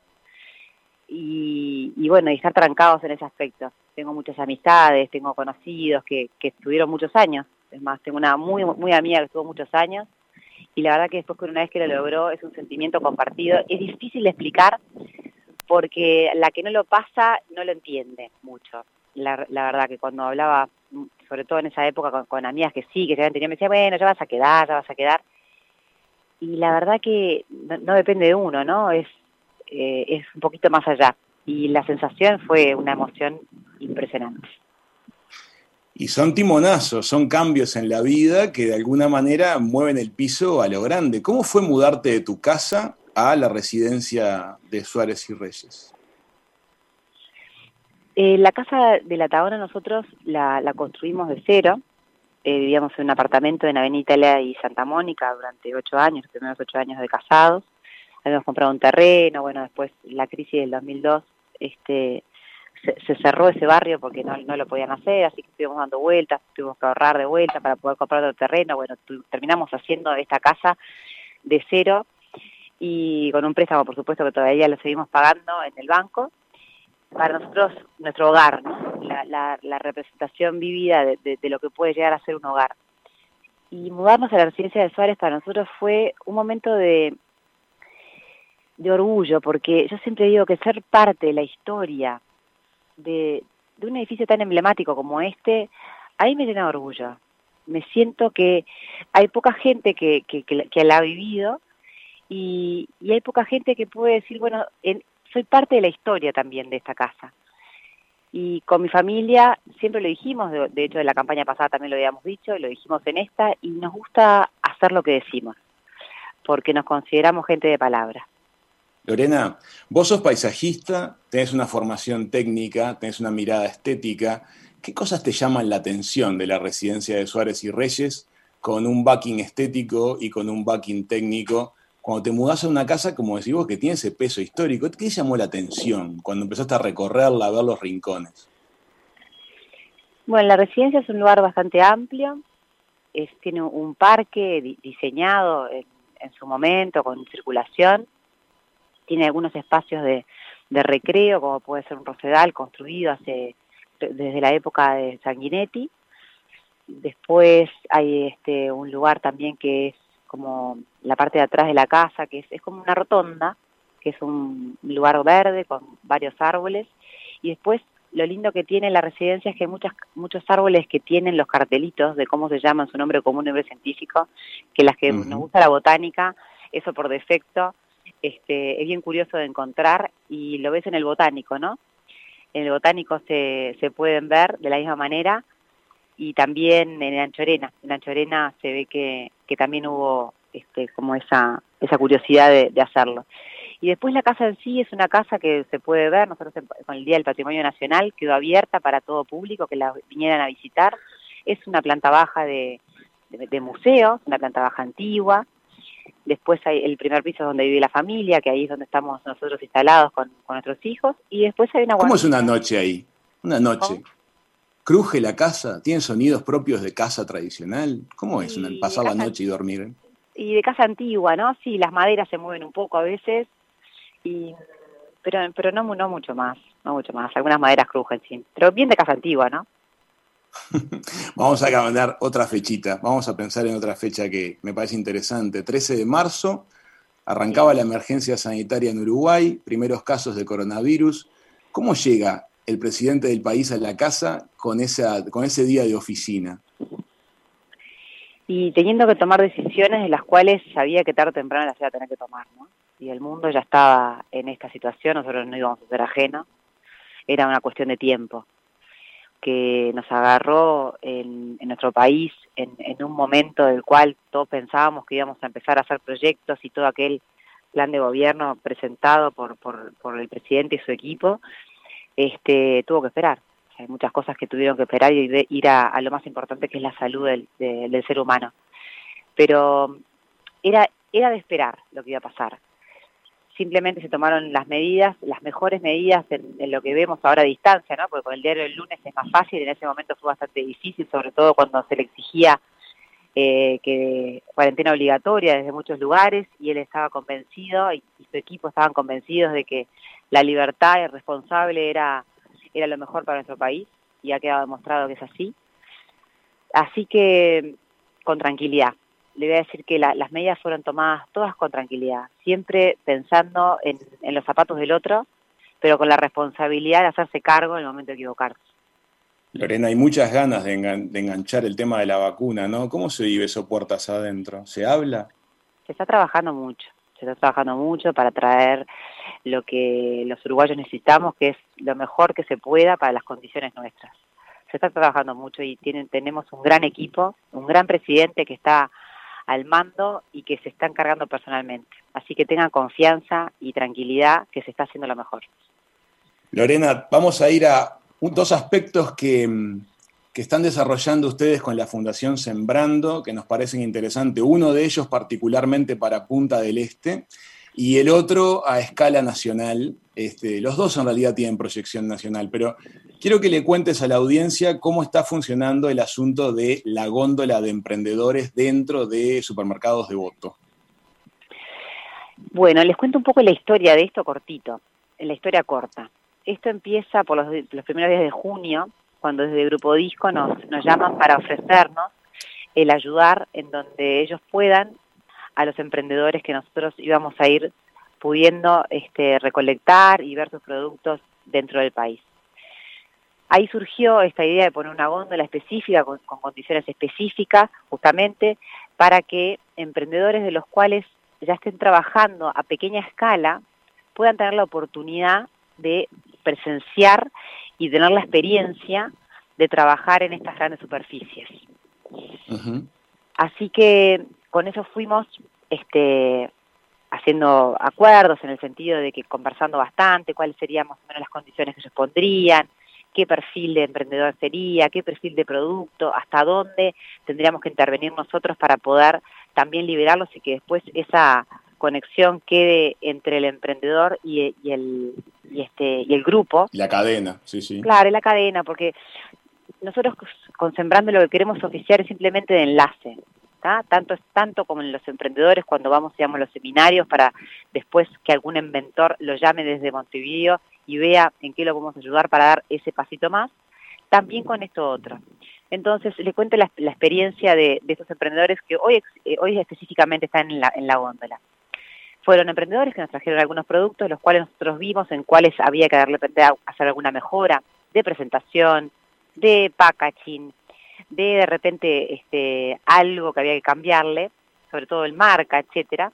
y, y bueno, y estar trancados en ese aspecto. Tengo muchas amistades, tengo conocidos que, que estuvieron muchos años, es más, tengo una muy, muy amiga que estuvo muchos años, y la verdad que después que una vez que lo logró es un sentimiento compartido. Es difícil de explicar porque la que no lo pasa no lo entiende mucho. La, la verdad que cuando hablaba, sobre todo en esa época, con, con amigas que sí, que ya tenían, me decía, bueno, ya vas a quedar, ya vas a quedar. Y la verdad que no, no depende de uno, ¿no? Es, eh, es un poquito más allá. Y la sensación fue una emoción impresionante. Y son timonazos, son cambios en la vida que de alguna manera mueven el piso a lo grande. ¿Cómo fue mudarte de tu casa a la residencia de Suárez y Reyes? Eh, la casa de la Tabona nosotros la, la construimos de cero. Eh, vivíamos en un apartamento en Avenida Italia y Santa Mónica durante ocho años, los primeros ocho años de casados. Habíamos comprado un terreno, bueno, después la crisis del dos mil dos, este, se, se cerró ese barrio porque no, no lo podían hacer, así que estuvimos dando vueltas, tuvimos que ahorrar de vuelta para poder comprar otro terreno. Bueno, tu, terminamos haciendo esta casa de cero y con un préstamo, por supuesto, que todavía lo seguimos pagando en el banco. Para nosotros, nuestro hogar, ¿no? La, la, la representación vívida de, de, de lo que puede llegar a ser un hogar. Y mudarnos a la residencia de Suárez para nosotros fue un momento de, de orgullo, porque yo siempre digo que ser parte de la historia de, de un edificio tan emblemático como este, a mí me llena de orgullo. Me siento que hay poca gente que, que, que, que la ha vivido y, y hay poca gente que puede decir, bueno, en, soy parte de la historia también de esta casa. Y con mi familia siempre lo dijimos, de, de hecho en la campaña pasada también lo habíamos dicho, y lo dijimos en esta, y nos gusta hacer lo que decimos, porque nos consideramos gente de palabra. Lorena, vos sos paisajista, tenés una formación técnica, tenés una mirada estética. ¿Qué cosas te llaman la atención de la residencia de Suárez y Reyes con un backing estético y con un backing técnico? Cuando te mudás a una casa, como decís vos, que tiene ese peso histórico, ¿qué te llamó la atención cuando empezaste a recorrerla, a ver los rincones? Bueno, la residencia es un lugar bastante amplio, es, tiene un parque di- diseñado en, en su momento, con circulación, tiene algunos espacios de, de recreo, como puede ser un rosedal construido hace desde la época de Sanguinetti. Después hay este un lugar también que es como la parte de atrás de la casa, que es, es como una rotonda, que es un lugar verde con varios árboles, y después lo lindo que tiene la residencia es que hay muchas, muchos árboles que tienen los cartelitos de cómo se llaman, su nombre común, nombre científico, que las que uh-huh. nos gusta la botánica, eso por defecto, este, es bien curioso de encontrar, y lo ves en el botánico, ¿no? En el botánico se, se pueden ver de la misma manera, y también en Anchorena. En Anchorena se ve que, que también hubo este, como esa, esa curiosidad de, de hacerlo. Y después la casa en sí es una casa que se puede ver, nosotros con el Día del Patrimonio Nacional quedó abierta para todo público que la vinieran a visitar. Es una planta baja de, de, de museo, una planta baja antigua. Después hay el primer piso donde vive la familia, que ahí es donde estamos nosotros instalados con, con nuestros hijos. Y después hay una ¿Cómo es una noche ahí? Una noche. ¿Cómo? ¿Cruje la casa? ¿Tiene sonidos propios de casa tradicional? ¿Cómo es una, pasar la noche y dormir? Y de casa antigua, ¿no? Sí, las maderas se mueven un poco a veces, y pero pero no, no mucho más, no mucho más. Algunas maderas crujen, sí. Pero bien de casa antigua, ¿no? Vamos a cambiar otra fechita. Vamos a pensar en otra fecha que me parece interesante. trece de marzo, arrancaba sí. la emergencia sanitaria en Uruguay, primeros casos de coronavirus. ¿Cómo llega el presidente del país a la casa con esa con ese día de oficina? Y teniendo que tomar decisiones de las cuales sabía que tarde o temprano las iba a tener que tomar, ¿no? Y el mundo ya estaba en esta situación, nosotros no íbamos a ser ajenos, era una cuestión de tiempo. que nos agarró en, en nuestro país en, en un momento del cual todos pensábamos que íbamos a empezar a hacer proyectos y todo aquel plan de gobierno presentado por, por, por el presidente y su equipo, este, tuvo que esperar. O sea, hay muchas cosas que tuvieron que esperar y de, ir a, a lo más importante, que es la salud del, de, del ser humano. Pero era, era de esperar lo que iba a pasar. Simplemente se tomaron las medidas, las mejores medidas en, en lo que vemos ahora a distancia, ¿no? Porque con el diario del lunes es más fácil, en ese momento fue bastante difícil, sobre todo cuando se le exigía eh, que cuarentena obligatoria desde muchos lugares, y él estaba convencido, y, y su equipo estaban convencidos de que la libertad y el responsable era, era lo mejor para nuestro país, y ha quedado demostrado que es así. Así que, con tranquilidad. Le voy a decir que la, las medidas fueron tomadas todas con tranquilidad, siempre pensando en, en los zapatos del otro, pero con la responsabilidad de hacerse cargo en el momento de equivocarse. Lorena, hay muchas ganas de, engan- de enganchar el tema de la vacuna, ¿no? ¿Cómo se vive eso puertas adentro? ¿Se habla? Se está trabajando mucho, se está trabajando mucho para traer lo que los uruguayos necesitamos, que es lo mejor que se pueda para las condiciones nuestras. Se está trabajando mucho y tienen, tenemos un gran equipo, un gran presidente que está al mando y que se está encargando personalmente. Así que tengan confianza y tranquilidad, que se está haciendo lo mejor. Lorena, vamos a ir a un, dos aspectos que, que están desarrollando ustedes con la Fundación Sembrando, que nos parecen interesantes. Uno de ellos particularmente para Punta del Este, y el otro a escala nacional. Este, los dos en realidad tienen proyección nacional, pero quiero que le cuentes a la audiencia cómo está funcionando el asunto de la góndola de emprendedores dentro de Supermercados Devoto. Bueno, les cuento un poco la historia de esto cortito, la historia corta. Esto empieza por los, los primeros días de junio, cuando desde Grupo Disco nos, nos llaman para ofrecernos el ayudar en donde ellos puedan a los emprendedores que nosotros íbamos a ir pudiendo este, recolectar y ver sus productos dentro del país. Ahí surgió esta idea de poner una góndola específica, con, con condiciones específicas, justamente, para que emprendedores de los cuales ya estén trabajando a pequeña escala puedan tener la oportunidad de presenciar y tener la experiencia de trabajar en estas grandes superficies. Uh-huh. Así que con eso fuimos este, haciendo acuerdos en el sentido de que conversando bastante cuáles serían más o menos las condiciones que ellos pondrían, qué perfil de emprendedor sería, qué perfil de producto, hasta dónde tendríamos que intervenir nosotros para poder también liberarlos y que después esa conexión quede entre el emprendedor y, y el y este y el grupo. La cadena, sí, sí. Claro, la cadena, porque nosotros con Sembrando lo que queremos oficiar es simplemente de enlace, ¿tá? Tanto es tanto como en los emprendedores cuando vamos digamos, a los seminarios para después que algún inventor lo llame desde Montevideo y vea en qué lo podemos ayudar para dar ese pasito más, también con esto otro. Entonces, le cuento la, la experiencia de, de estos emprendedores que hoy, eh, hoy específicamente están en la, en la góndola. Fueron emprendedores que nos trajeron algunos productos, los cuales nosotros vimos en cuáles había que darle hacer alguna mejora de presentación, de packaging, de de repente este, algo que había que cambiarle, sobre todo el marca, etcétera.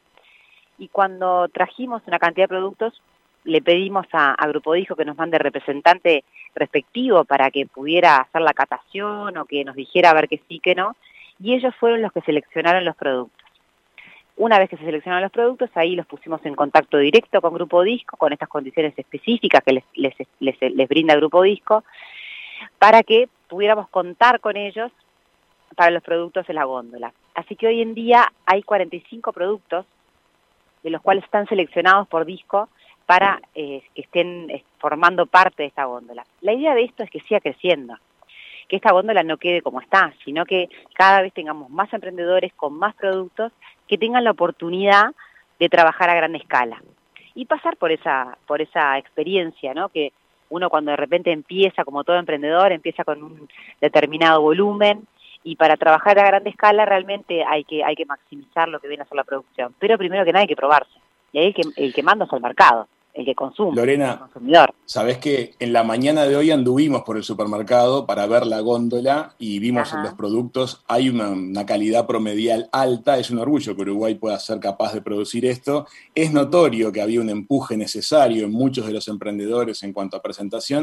Y cuando trajimos una cantidad de productos, le pedimos a, a Grupo Disco que nos mande representante respectivo para que pudiera hacer la catación o que nos dijera a ver que sí, que no, y ellos fueron los que seleccionaron los productos. Una vez que se seleccionaron los productos, ahí los pusimos en contacto directo con Grupo Disco, con estas condiciones específicas que les, les, les, les brinda Grupo Disco, para que pudiéramos contar con ellos para los productos de la góndola. Así que hoy en día hay cuarenta y cinco productos, de los cuales están seleccionados por Disco para eh, que estén eh, formando parte de esta góndola. La idea de esto es que siga creciendo, que esta góndola no quede como está, sino que cada vez tengamos más emprendedores con más productos que tengan la oportunidad de trabajar a gran escala y pasar por esa por esa experiencia, ¿no? Que uno cuando de repente empieza, como todo emprendedor, empieza con un determinado volumen y para trabajar a gran escala realmente hay que hay que maximizar lo que viene a ser la producción. Pero primero que nada hay que probarse. Y ahí el que, el que manda es el mercado, el que consume, Lorena, el consumidor. Sabés que en la mañana de hoy anduvimos por el supermercado para ver la góndola y vimos en los productos, hay una, una calidad promedial alta, es un orgullo que Uruguay pueda ser capaz de producir esto. Es notorio que había un empuje necesario en muchos de los emprendedores en cuanto a presentación.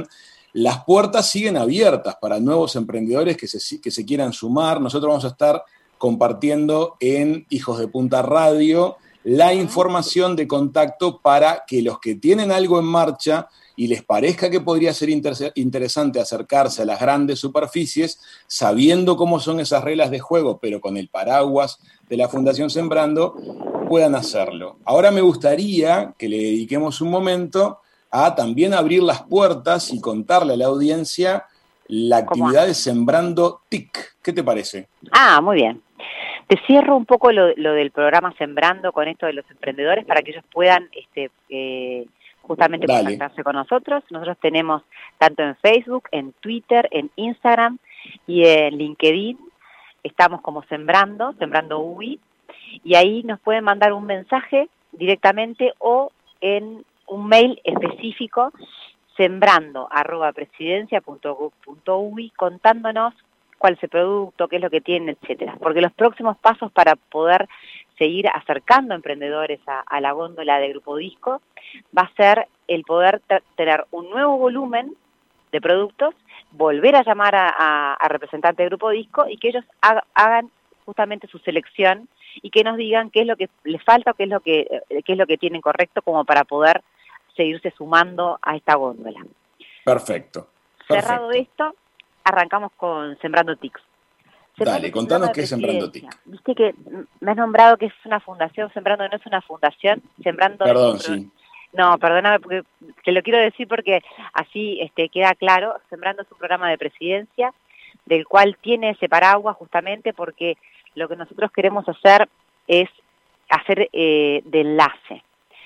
las puertas siguen abiertas para nuevos emprendedores que se, que se quieran sumar. Nosotros vamos a estar compartiendo en Hijos de Punta Radio la información de contacto para que los que tienen algo en marcha y les parezca que podría ser inter- interesante acercarse a las grandes superficies, sabiendo cómo son esas reglas de juego, pero con el paraguas de la Fundación Sembrando, puedan hacerlo. Ahora me gustaría que le dediquemos un momento a también abrir las puertas y contarle a la audiencia la actividad de Sembrando T I C. ¿Qué te parece? Ah, muy bien. Te cierro un poco lo, lo del programa Sembrando con esto de los emprendedores para que ellos puedan este, eh, justamente Dale. contactarse con nosotros. Nosotros tenemos tanto en Facebook, en Twitter, en Instagram y en LinkedIn. Estamos como Sembrando, Sembrando U I, y ahí nos pueden mandar un mensaje directamente o en un mail específico, sembrando arroba presidencia punto gov punto uy, contándonos cuál es el producto, qué es lo que tienen, etcétera. Porque los próximos pasos para poder seguir acercando emprendedores a, a la góndola de Grupo Disco va a ser el poder t- tener un nuevo volumen de productos, volver a llamar a, a, a representantes de Grupo Disco y que ellos ha, hagan justamente su selección y que nos digan qué es lo que les falta o qué es lo que qué es lo que tienen correcto como para poder seguirse sumando a esta góndola. Perfecto. Cerrado Perfecto. esto, arrancamos con Sembrando T I C. Sembrando Dale, es un contanos programa de qué es Sembrando T I C. presidencia. Viste que me has nombrado que es una fundación, Sembrando no es una fundación, Sembrando Perdón, es un pro- sí. No, perdóname, porque te lo quiero decir porque así este, queda claro. Sembrando es un programa de presidencia del cual tiene ese paraguas justamente porque lo que nosotros queremos hacer es hacer eh, de enlace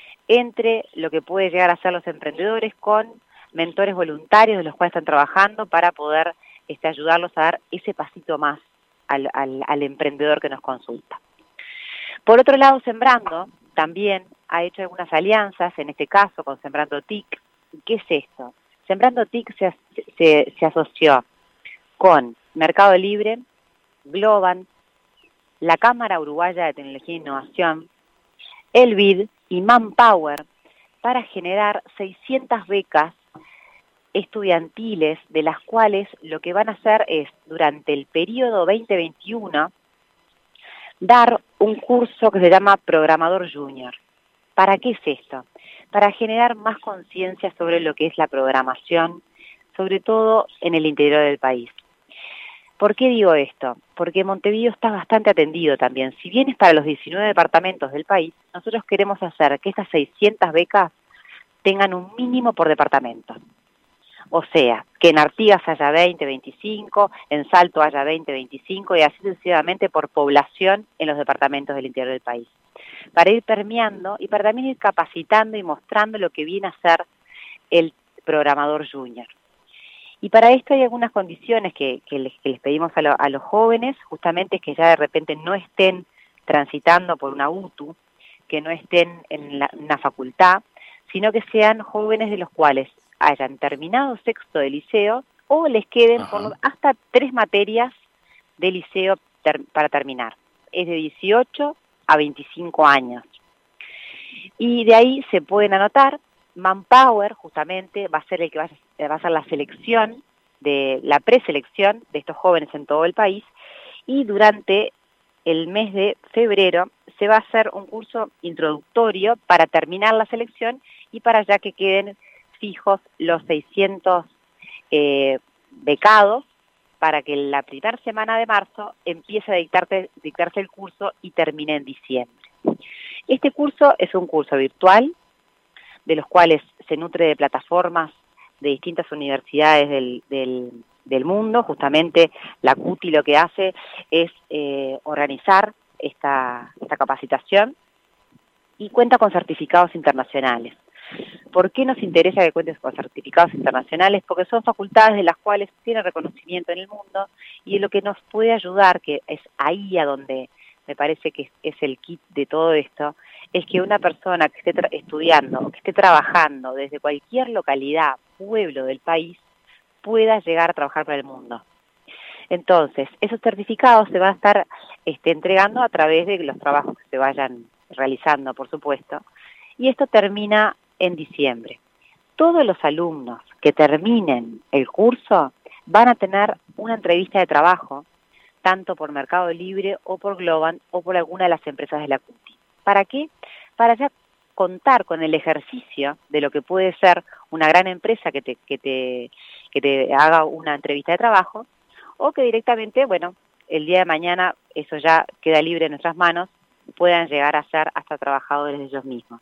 entre lo que puede llegar a ser los emprendedores con mentores voluntarios de los cuales están trabajando para poder este, ayudarlos a dar ese pasito más al, al, al emprendedor que nos consulta. Por otro lado, Sembrando también ha hecho algunas alianzas, en este caso con Sembrando T I C. ¿Qué es esto? Sembrando T I C se, se, se asoció con Mercado Libre, Globan, la Cámara Uruguaya de Tecnología e Innovación, el B I D y Manpower para generar seiscientas becas estudiantiles, de las cuales lo que van a hacer es, durante el periodo veinte veintiuno, dar un curso que se llama Programador Junior. ¿Para qué es esto? Para generar más conciencia sobre lo que es la programación, sobre todo en el interior del país. ¿Por qué digo esto? Porque Montevideo está bastante atendido también. Si bien es para los diecinueve departamentos del país, nosotros queremos hacer que estas seiscientas becas tengan un mínimo por departamento. O sea, que en Artigas haya veinte, veinticinco, en Salto haya veinte, veinticinco y así sucesivamente por población en los departamentos del interior del país. Para ir permeando y para también ir capacitando y mostrando lo que viene a ser el programador junior. Y para esto hay algunas condiciones que, que, les, que les pedimos a, lo, a los jóvenes, justamente es que ya de repente no estén transitando por una U T U, que no estén en la, una facultad, sino que sean jóvenes de los cuales hayan terminado sexto de liceo o les queden por lo, hasta tres materias de liceo ter, para terminar. Es de dieciocho a veinticinco años. Y de ahí se pueden anotar. Manpower justamente va a ser el que va a, va a ser la selección, de la preselección de estos jóvenes en todo el país, y durante el mes de febrero se va a hacer un curso introductorio para terminar la selección y para ya que queden fijos los seiscientos eh, becados para que la primera semana de marzo empiece a dictarte, dictarse el curso y termine en diciembre. Este curso es un curso virtual, de los cuales se nutre de plataformas de distintas universidades del, del, del mundo. Justamente la C U T I lo que hace es eh, organizar esta, esta capacitación y cuenta con certificados internacionales. ¿Por qué nos interesa que cuentes con certificados internacionales? Porque son facultades de las cuales tiene reconocimiento en el mundo y lo que nos puede ayudar, que es ahí a donde me parece que es el kit de todo esto, es que una persona que esté estudiando o que esté trabajando desde cualquier localidad, pueblo del país, pueda llegar a trabajar para el mundo. Entonces, esos certificados se van a estar este, entregando a través de los trabajos que se vayan realizando, por supuesto, y esto termina en diciembre. todos los alumnos que terminen el curso van a tener una entrevista de trabajo, tanto por Mercado Libre o por Globant o por alguna de las empresas de la CUTI. ¿Para qué? Para ya contar con el ejercicio de lo que puede ser una gran empresa que te, que te, que te haga una entrevista de trabajo, o que directamente, bueno, el día de mañana eso ya queda libre en nuestras manos, puedan llegar a ser hasta trabajadores de ellos mismos.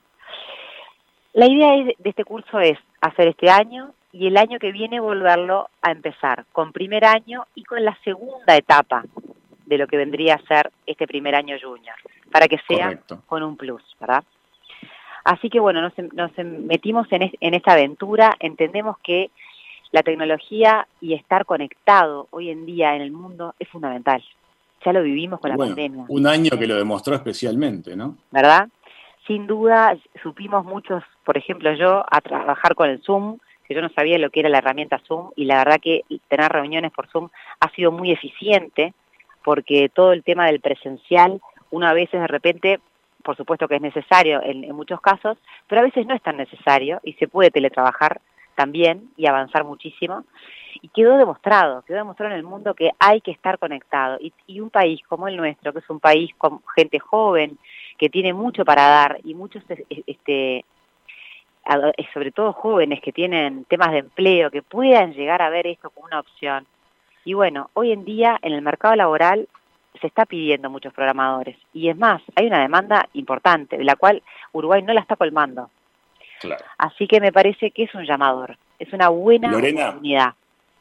La idea de este curso es hacer este año y el año que viene volverlo a empezar con primer año y con la segunda etapa de lo que vendría a ser este primer año junior, para que sea Correcto. Con un plus, ¿verdad? Así que bueno, nos, nos metimos en, es, en esta aventura, entendemos que la tecnología y estar conectado hoy en día en el mundo es fundamental. Ya lo vivimos con la bueno, pandemia. Un año que lo demostró especialmente, ¿no? ¿Verdad? Sin duda, supimos muchos, por ejemplo yo, a trabajar con el Zoom, que yo no sabía lo que era la herramienta Zoom, y la verdad que tener reuniones por Zoom ha sido muy eficiente, porque todo el tema del presencial, uno a veces de repente, por supuesto que es necesario en, en muchos casos, pero a veces no es tan necesario, y se puede teletrabajar también, y avanzar muchísimo, y quedó demostrado, quedó demostrado en el mundo que hay que estar conectado, y, y un país como el nuestro, que es un país con gente joven, que tiene mucho para dar, y muchos, este, sobre todo jóvenes que tienen temas de empleo, que puedan llegar a ver esto como una opción. Y bueno, hoy en día en el mercado laboral se está pidiendo muchos programadores, y es más, hay una demanda importante, de la cual Uruguay no la está colmando. Claro. Así que me parece que es un llamador, es una buena Lorena, oportunidad.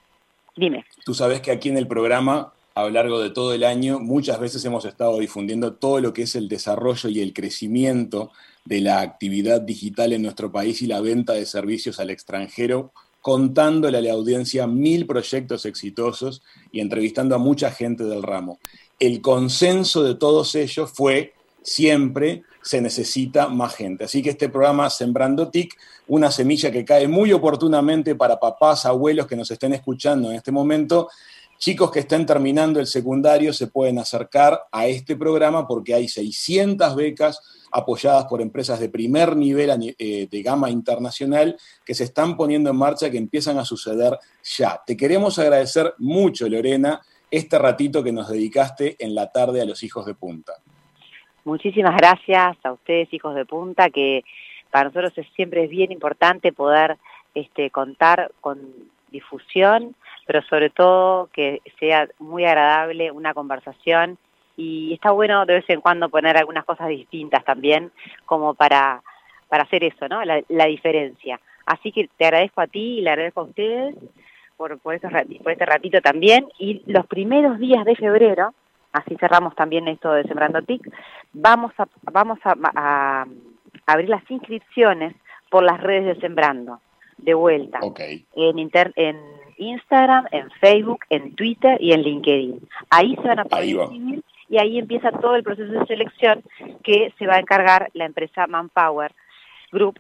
Dime. Tú sabes que aquí en el programa, a lo largo de todo el año, muchas veces hemos estado difundiendo todo lo que es el desarrollo y el crecimiento de la actividad digital en nuestro país y la venta de servicios al extranjero, contándole a la audiencia mil proyectos exitosos y entrevistando a mucha gente del ramo. El consenso de todos ellos fue siempre se necesita más gente. Así que este programa Sembrando T I C, una semilla que cae muy oportunamente para papás, abuelos que nos estén escuchando en este momento. Chicos que estén terminando el secundario se pueden acercar a este programa porque hay seiscientas becas apoyadas por empresas de primer nivel eh, de gama internacional que se están poniendo en marcha, que empiezan a suceder ya. Te queremos agradecer mucho, Lorena, este ratito que nos dedicaste en la tarde a los Hijos de Punta. Muchísimas gracias a ustedes, Hijos de Punta, que para nosotros es, siempre es bien importante poder este, contar con difusión, pero sobre todo que sea muy agradable una conversación, y está bueno de vez en cuando poner algunas cosas distintas también, como para, para hacer eso, ¿no? La, la diferencia. Así que te agradezco a ti y le agradezco a ustedes por, por, estos, por este ratito también, y los primeros días de febrero, así cerramos también esto de Sembrando T I C, vamos a, vamos a, a, a abrir las inscripciones por las redes de Sembrando, de vuelta, okay. en, inter, en Instagram, en Facebook, en Twitter y en LinkedIn. Ahí se van a poder inscribir y ahí empieza todo el proceso de selección que se va a encargar la empresa Manpower Group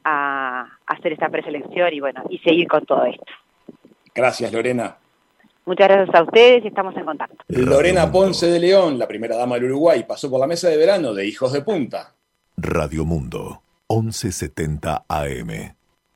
a, a hacer esta preselección y bueno, y seguir con todo esto. Gracias, Lorena. Muchas gracias a ustedes y estamos en contacto. Lorena Ponce de León, la primera dama del Uruguay, pasó por la mesa de verano de Hijos de Punta. Radio Mundo, once setenta A M.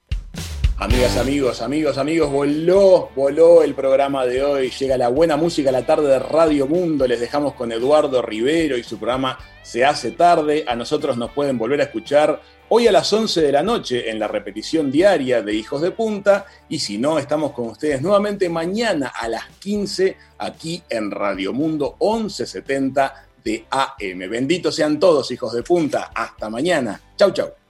Amigas, amigos, amigos, amigos, voló, voló el programa de hoy. Llega la buena música a la tarde de Radio Mundo. Les dejamos con Eduardo Rivero y su programa Se hace tarde. A nosotros nos pueden volver a escuchar hoy a las once de la noche en la repetición diaria de Hijos de Punta. Y si no, estamos con ustedes nuevamente mañana a las quince aquí en Radio Mundo once setenta de A M. Benditos sean todos, Hijos de Punta. Hasta mañana. Chau, chau.